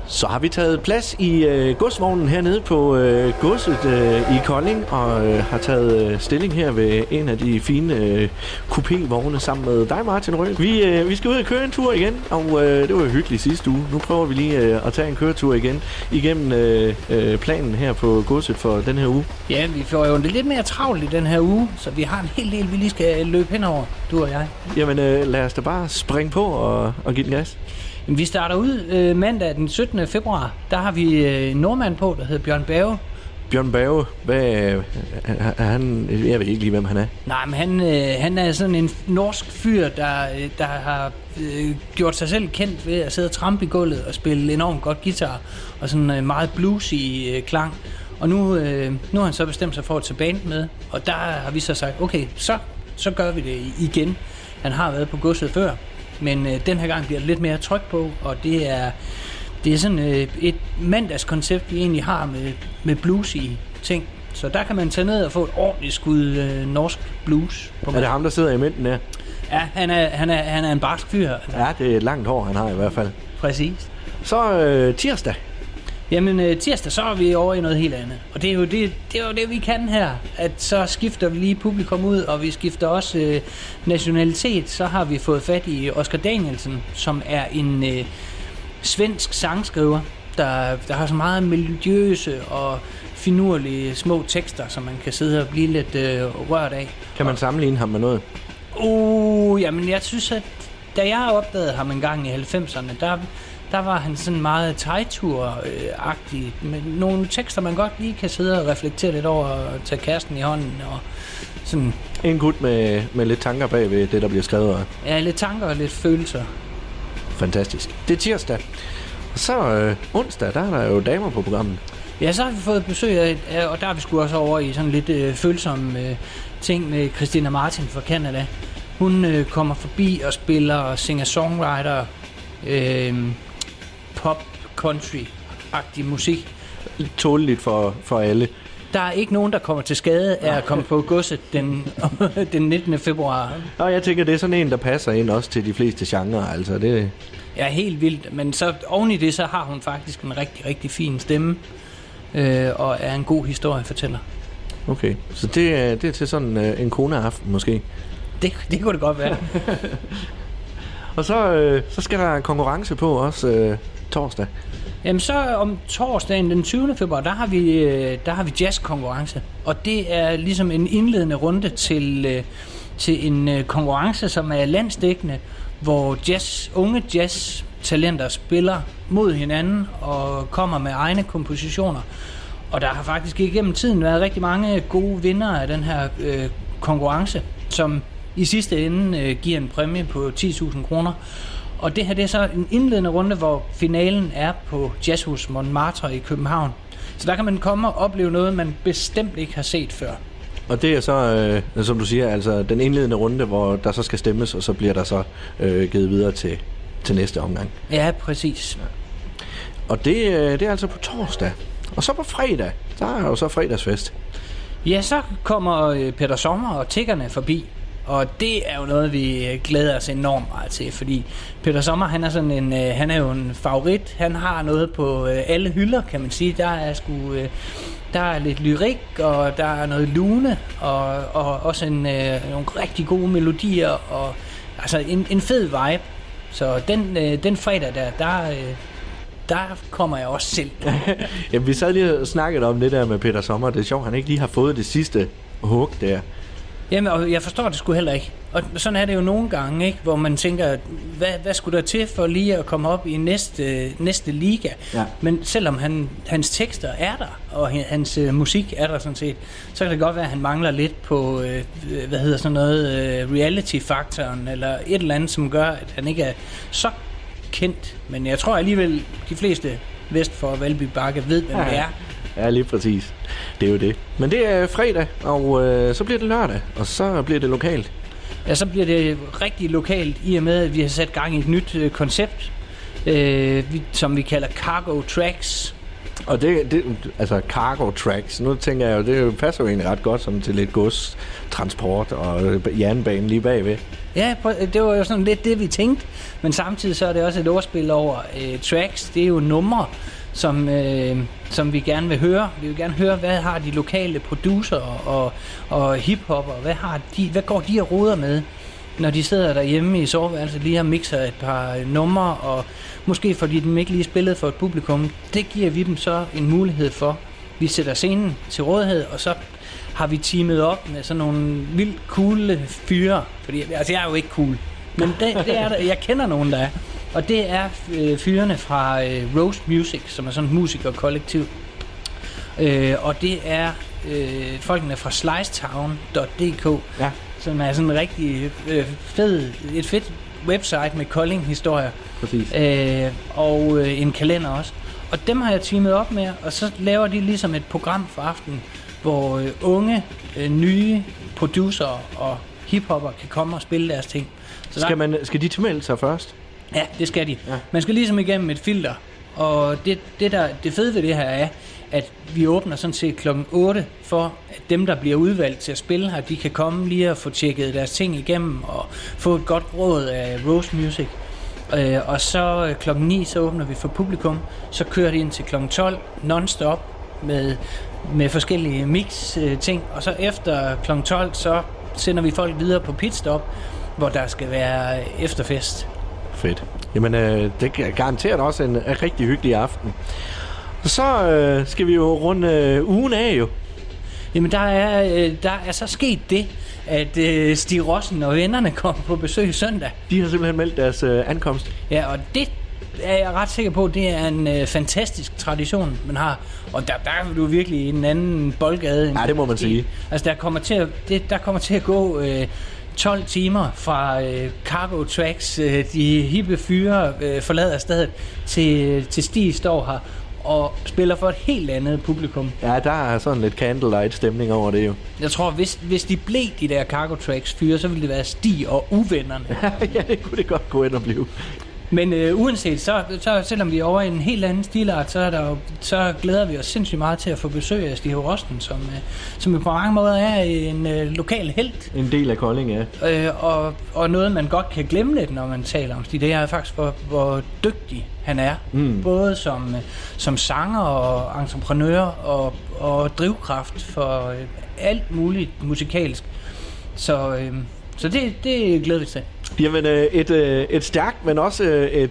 Så har vi taget plads i godsvognen hernede på godset i Kolding, og har taget stilling her ved en af de fine coupé-vogne sammen med dig, Martin Røhl. Vi skal ud og køre en tur igen, og det var jo hyggeligt sidste uge. Nu prøver vi lige at tage en køretur igen igennem planen her på godset for den her uge. Ja, vi får jo lidt mere travlt i den her uge, så vi har en hel del, vi lige skal løbe henover, du og jeg. Jamen lad os da bare springe på og give den gas. Vi starter ud mandag den 17. februar. Der har vi en nordmand på, der hedder Bjørn Berge. Bjørn Berge, hvad er han? Jeg ved ikke lige, hvem han er. Nej, men han er sådan en norsk fyr, der har gjort sig selv kendt ved at sidde og trampe i gulvet og spille enormt godt guitar og sådan en meget bluesy klang. Og nu har han så bestemt sig for at tage band med, og der har vi så sagt, okay, så gør vi det igen. Han har været på godset før. Men den her gang bliver det lidt mere tryk på, og det er sådan et mandagskoncept, vi egentlig har med bluesy ting. Så der kan man tage ned og få et ordentligt skud norsk blues. Er det ham, der sidder i midten der? Ja, han er en barsk fyr. Ja, det er et langt hår, han har i hvert fald. Præcis. Så tirsdag. Jamen tirsdag, så er vi over i noget helt andet. Og det er jo det vi kan her. At så skifter vi lige publikum ud, og vi skifter også nationalitet. Så har vi fået fat i Oscar Danielsen, som er en svensk sangskriver, der har så meget melodiøse og finurlige små tekster, som man kan sidde og blive lidt rørt af. Kan man sammenligne ham med noget? Jamen jeg synes, at da jeg opdagede ham en gang i 90'erne, der var han sådan meget Tejtur-agtig, med nogle tekster, man godt lige kan sidde og reflektere lidt over og tage kæresten i hånden og sådan. En gut med lidt tanker bag ved det, der bliver skrevet. Ja, lidt tanker og lidt følelser. Fantastisk. Det er tirsdag. Og så onsdag, der er der jo damer på programmet. Ja, så har vi fået besøg af, og der er vi sgu også over i sådan lidt følsomme ting med Christina Martin fra Canada. Hun kommer forbi og spiller singer-songwriter, pop, country-agtig musik. Tåleligt for alle. Der er ikke nogen, der kommer til skade af at komme på godset den 19. februar. Og jeg tænker, det er sådan en, der passer ind også til de fleste genrer. Altså, det ja, helt vildt. Men så oven i det, så har hun faktisk en rigtig, rigtig fin stemme. Og er en god historiefortæller. Okay, så det er til sådan en koneaften måske? Det kunne det godt være. Og så skal der konkurrence på også torsdag. Jamen så om torsdagen den 20. februar, der har vi jazzkonkurrence. Og det er ligesom en indledende runde til en konkurrence, som er landsdækkende, hvor unge jazztalenter spiller mod hinanden og kommer med egne kompositioner. Og der har faktisk igennem tiden været rigtig mange gode vindere af den her konkurrence, som i sidste ende giver en præmie på 10.000 kroner. Og det her, det er så en indledende runde, hvor finalen er på Jazzhus Montmartre i København. Så der kan man komme og opleve noget, man bestemt ikke har set før. Og det er så, som du siger, altså den indledende runde, hvor der så skal stemmes, og så bliver der så givet videre til næste omgang. Ja, præcis. Og det er altså på torsdag. Og så på fredag, der er jo så fredagsfest. Ja, så kommer Peter Sommer og Tiggerne forbi. Og det er jo noget, vi glæder os enormt meget til, fordi Peter Sommer, han er jo en favorit. Han har noget på alle hylder, kan man sige. Der er lidt lyrik, og der er noget lune, og også nogle rigtig gode melodier, og altså en fed vibe. Så den fredag der kommer jeg også selv. Jamen, vi sad lige og snakkede om det der med Peter Sommer. Det er sjovt, han ikke lige har fået det sidste hug der. Jamen, og jeg forstår det sgu heller ikke. Og sådan er det jo nogle gange, ikke? Hvor man tænker, hvad skulle der til for lige at komme op i næste liga? Ja. Men selvom hans tekster er der, og hans musik er der sådan set, så kan det godt være, at han mangler lidt på, reality-faktoren, eller et eller andet, som gør, at han ikke er så kendt. Men jeg tror alligevel, de fleste vest for Valby Bakke ved, hvem det er. Ja, lige præcis. Det er jo det. Men det er fredag, og så bliver det lørdag, og så bliver det lokalt. Ja, så bliver det rigtig lokalt, i og med, at vi har sat gang i et nyt koncept, som vi kalder Cargo Tracks. Og det altså cargo tracks, nu tænker jeg jo, det passer jo egentlig ret godt sådan til lidt godstransport og jernbanen lige bagved. Ja, det var jo sådan lidt det, vi tænkte, men samtidig så er det også et ordspil over tracks. Det er jo numre, som vi gerne vil høre. Vi vil gerne høre, hvad har de lokale producer og hiphopper, hvad går de og roder med, når de sidder derhjemme i soveværelset, lige har mixer et par numre, og måske fordi de ikke lige spillet for et publikum. Det giver vi dem så en mulighed for. Vi sætter scenen til rådighed, og så har vi teamet op med sådan nogle vildt cool fyre. Fordi, altså jeg er jo ikke cool, men det er der, jeg kender nogen, der er. Og det er fyrene fra Roast Music, som er sådan et musikerkollektiv. Og det er folkene fra slicetown.dk, ja, som er sådan en rigtig et fedt website med Kolding-historier. Præcis. Og en kalender også. Og dem har jeg teamet op med, og så laver de ligesom et program for aftenen, hvor unge, nye producer og hiphopper kan komme og spille deres ting. Så skal de tilmelde sig først? Ja, det skal de. Ja. Man skal ligesom igennem et filter, og det fede ved det her er, at vi åbner sådan set klokken 8 for, at dem, der bliver udvalgt til at spille her, de kan komme lige og få tjekket deres ting igennem og få et godt råd af Roast Music. Og så klokken 9, så åbner vi for publikum. Så kører det ind til klokken 12 non-stop med forskellige mix-ting. Og så efter klokken 12, så sender vi folk videre på pitstop, hvor der skal være efterfest. Fedt. Jamen, det garanterer også en rigtig hyggelig aften. Og så skal vi jo runde ugen af jo. Jamen, der er så sket det, at Stig Rossen og vennerne kommer på besøg søndag. De har simpelthen meldt deres ankomst. Ja, og det er jeg ret sikker på, det er en fantastisk tradition, man har. Og der er du virkelig i en anden boldgade. Ja, det må man sige. Altså, der kommer til at gå 12 timer fra cargo tracks, de hippe fyre forlader stedet, til Stig står her og spiller for et helt andet publikum. Ja, der er sådan lidt candlelight stemning over det jo. Jeg tror, hvis de blev de der cargo tracks fyre, så ville det være Stig og uvennerne. Ja, det kunne det godt gå ind og blive. Men uanset, så selvom vi er over i en helt anden stilart, så glæder vi os sindssygt meget til at få besøg af Stig Rossen, som på mange måder er en lokal helt. En del af Kolding, ja. Og noget, man godt kan glemme lidt, når man taler om Stig, det er faktisk, hvor dygtig han er. Både som sanger og entreprenør og drivkraft for alt muligt musikalsk. Så det glæder vi til. Jamen, et stærkt, men også et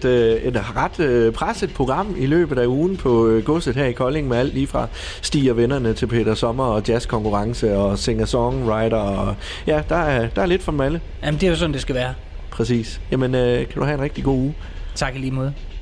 ret presset program i løbet af ugen på godset her i Kolding, med alt lige fra Stig og vennerne til Peter Sommer og jazzkonkurrence og singer-songwriter. Og ja, der er lidt for dem alle. Jamen, det er jo sådan, det skal være. Præcis. Jamen, kan du have en rigtig god uge. Tak i lige måde.